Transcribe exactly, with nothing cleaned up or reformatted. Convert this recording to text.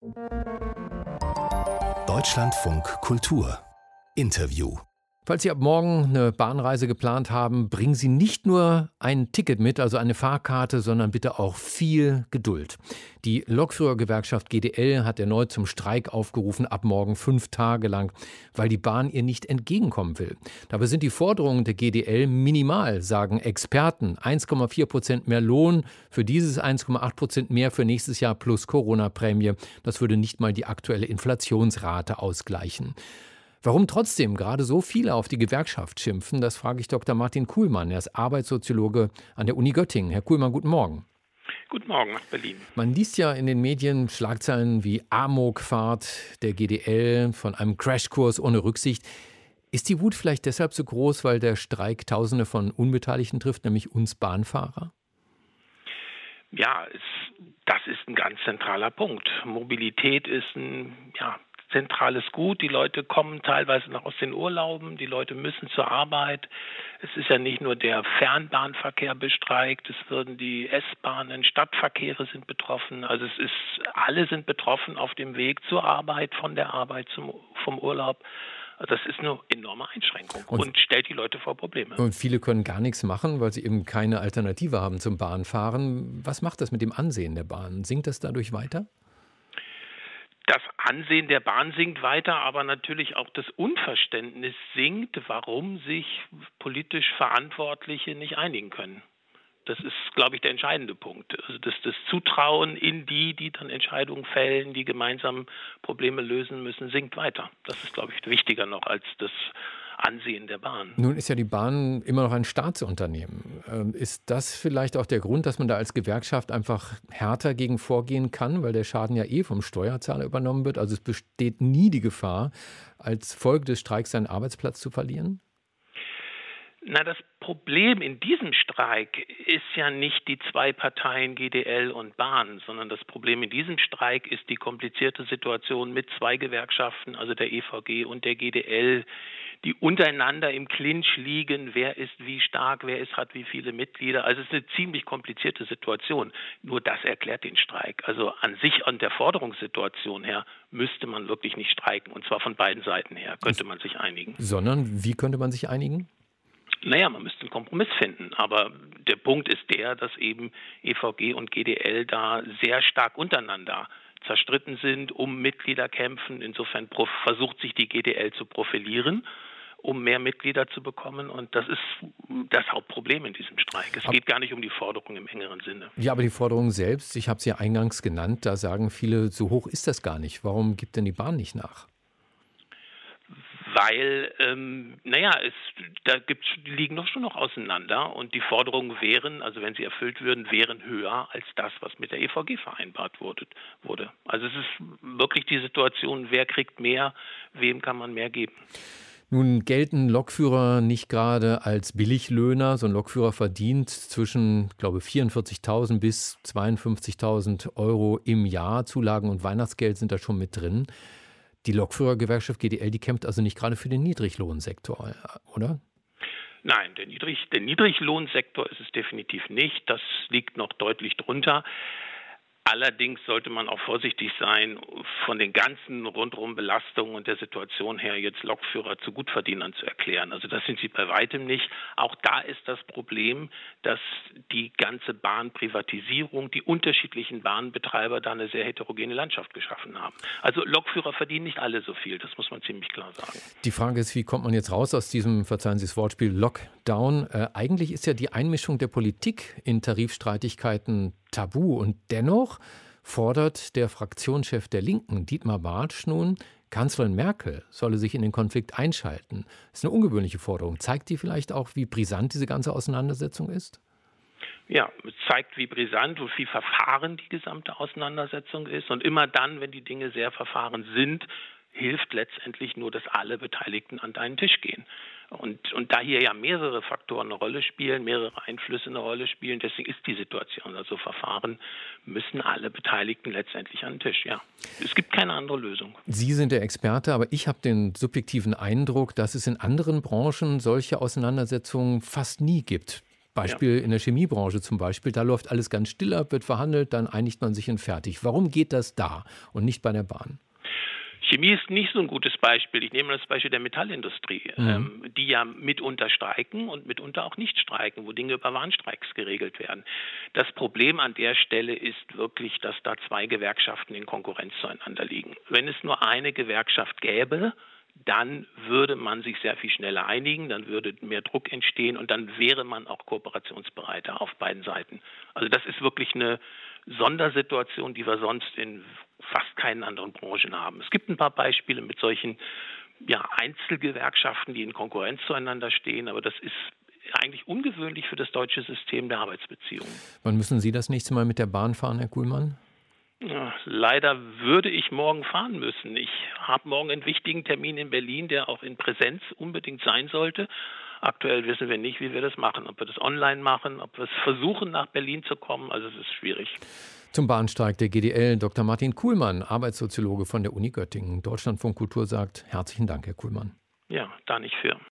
Deutschlandfunk Kultur Interview. Falls Sie ab morgen eine Bahnreise geplant haben, bringen Sie nicht nur ein Ticket mit, also eine Fahrkarte, sondern bitte auch viel Geduld. Die Lokführergewerkschaft G D L hat erneut zum Streik aufgerufen, ab morgen fünf Tage lang, weil die Bahn ihr nicht entgegenkommen will. Dabei sind die Forderungen der G D L minimal, sagen Experten. eins Komma vier Prozent mehr Lohn für dieses, eins Komma acht Prozent mehr für nächstes Jahr plus Corona-Prämie. Das würde nicht mal die aktuelle Inflationsrate ausgleichen. Warum trotzdem gerade so viele auf die Gewerkschaft schimpfen, das frage ich Doktor Martin Kuhlmann. Er ist Arbeitssoziologe an der Uni Göttingen. Herr Kuhlmann, guten Morgen. Guten Morgen nach Berlin. Man liest ja in den Medien Schlagzeilen wie Amokfahrt der G D L, von einem Crashkurs ohne Rücksicht. Ist die Wut vielleicht deshalb so groß, weil der Streik Tausende von Unbeteiligten trifft, nämlich uns Bahnfahrer? Ja, es, das ist ein ganz zentraler Punkt. Mobilität ist ein, ja, zentrales Gut. Die Leute kommen teilweise noch aus den Urlauben, die Leute müssen zur Arbeit. Es ist ja nicht nur der Fernbahnverkehr bestreikt, es würden die S-Bahnen, Stadtverkehre sind betroffen. Also es ist, alle sind betroffen auf dem Weg zur Arbeit, von der Arbeit zum, vom Urlaub. Das ist eine enorme Einschränkung und, und stellt die Leute vor Probleme. Und viele können gar nichts machen, weil sie eben keine Alternative haben zum Bahnfahren. Was macht das mit dem Ansehen der Bahn? Sinkt das dadurch weiter? Das Ansehen der Bahn sinkt weiter, aber natürlich auch das Unverständnis sinkt, warum sich politisch Verantwortliche nicht einigen können. Das ist, glaube ich, der entscheidende Punkt. Also das, das Zutrauen in die, die dann Entscheidungen fällen, die gemeinsam Probleme lösen müssen, sinkt weiter. Das ist, glaube ich, wichtiger noch als das Ansehen der Bahn. Nun ist ja die Bahn immer noch ein Staatsunternehmen. Ähm, ist das vielleicht auch der Grund, dass man da als Gewerkschaft einfach härter gegen vorgehen kann, weil der Schaden ja eh vom Steuerzahler übernommen wird? Also es besteht nie die Gefahr, als Folge des Streiks seinen Arbeitsplatz zu verlieren? Na, das Problem in diesem Streik ist ja nicht die zwei Parteien G D L und Bahn, sondern das Problem in diesem Streik ist die komplizierte Situation mit zwei Gewerkschaften, also der E V G und der G D L, die untereinander im Clinch liegen, wer ist wie stark, wer ist, hat wie viele Mitglieder. Also es ist eine ziemlich komplizierte Situation. Nur das erklärt den Streik. Also an sich, an der Forderungssituation her, müsste man wirklich nicht streiken. Und zwar von beiden Seiten her könnte man sich einigen. Sondern wie könnte man sich einigen? Naja, man müsste einen Kompromiss finden, aber der Punkt ist der, dass eben E V G und G D L da sehr stark untereinander zerstritten sind, um Mitglieder kämpfen. Insofern versucht sich die G D L zu profilieren, um mehr Mitglieder zu bekommen, und das ist das Hauptproblem in diesem Streik. Es geht gar nicht um die Forderung im engeren Sinne. Ja, aber die Forderung selbst, ich habe sie ja eingangs genannt, da sagen viele, so hoch ist das gar nicht. Warum gibt denn die Bahn nicht nach? Weil, ähm, naja, es, da gibt's, die liegen doch schon noch auseinander und die Forderungen wären, also wenn sie erfüllt würden, wären höher als das, was mit der E V G vereinbart wurde. wurde. Also es ist wirklich die Situation, wer kriegt mehr, wem kann man mehr geben. Nun gelten Lokführer nicht gerade als Billiglöhner. So ein Lokführer verdient zwischen, glaube ich, vierundvierzigtausend bis zweiundfünfzigtausend Euro im Jahr. Zulagen und Weihnachtsgeld sind da schon mit drin. Die Lokführergewerkschaft G D L, die kämpft also nicht gerade für den Niedriglohnsektor, oder? Nein, der, Niedrig, der Niedriglohnsektor ist es definitiv nicht. Das liegt noch deutlich drunter. Allerdings sollte man auch vorsichtig sein, von den ganzen rundherum Belastungen und der Situation her jetzt Lokführer zu Gutverdienern zu erklären. Also das sind sie bei weitem nicht. Auch da ist das Problem, dass die ganze Bahnprivatisierung, die unterschiedlichen Bahnbetreiber da eine sehr heterogene Landschaft geschaffen haben. Also Lokführer verdienen nicht alle so viel, das muss man ziemlich klar sagen. Die Frage ist, wie kommt man jetzt raus aus diesem, verzeihen Sie das Wortspiel, Lockdown? Äh, eigentlich ist ja die Einmischung der Politik in Tarifstreitigkeiten tabu. Und dennoch fordert der Fraktionschef der Linken, Dietmar Bartsch, nun, Kanzlerin Merkel solle sich in den Konflikt einschalten. Das ist eine ungewöhnliche Forderung. Zeigt die vielleicht auch, wie brisant diese ganze Auseinandersetzung ist? Ja, es zeigt, wie brisant und wie verfahren die gesamte Auseinandersetzung ist. Und immer dann, wenn die Dinge sehr verfahren sind, hilft letztendlich nur, dass alle Beteiligten an deinen Tisch gehen. Und, und da hier ja mehrere Faktoren eine Rolle spielen, mehrere Einflüsse eine Rolle spielen, deswegen ist die Situation, also Verfahren müssen alle Beteiligten letztendlich an den Tisch, ja. Es gibt keine andere Lösung. Sie sind der Experte, aber ich habe den subjektiven Eindruck, dass es in anderen Branchen solche Auseinandersetzungen fast nie gibt. Beispiel ja. in der Chemiebranche zum Beispiel, da läuft alles ganz still ab, wird verhandelt, dann einigt man sich und fertig. Warum geht das da und nicht bei der Bahn? Chemie ist nicht so ein gutes Beispiel. Ich nehme das Beispiel der Metallindustrie, mhm. ähm, die ja mitunter streiken und mitunter auch nicht streiken, wo Dinge über Warnstreiks geregelt werden. Das Problem an der Stelle ist wirklich, dass da zwei Gewerkschaften in Konkurrenz zueinander liegen. Wenn es nur eine Gewerkschaft gäbe, dann würde man sich sehr viel schneller einigen, dann würde mehr Druck entstehen und dann wäre man auch kooperationsbereiter auf beiden Seiten. Also das ist wirklich eine Sondersituation, die wir sonst in fast keinen anderen Branchen haben. Es gibt ein paar Beispiele mit solchen ja, Einzelgewerkschaften, die in Konkurrenz zueinander stehen, aber das ist eigentlich ungewöhnlich für das deutsche System der Arbeitsbeziehungen. Wann müssen Sie das nächste Mal mit der Bahn fahren, Herr Kuhlmann? Ja, leider würde ich morgen fahren müssen. Ich habe morgen einen wichtigen Termin in Berlin, der auch in Präsenz unbedingt sein sollte. Aktuell wissen wir nicht, wie wir das machen. Ob wir das online machen, ob wir es versuchen, nach Berlin zu kommen. Also es ist schwierig. Zum Bahnstreik der G D L, Doktor Martin Kuhlmann, Arbeitssoziologe von der Uni Göttingen. Deutschlandfunk Kultur sagt herzlichen Dank, Herr Kuhlmann. Ja, da nicht für.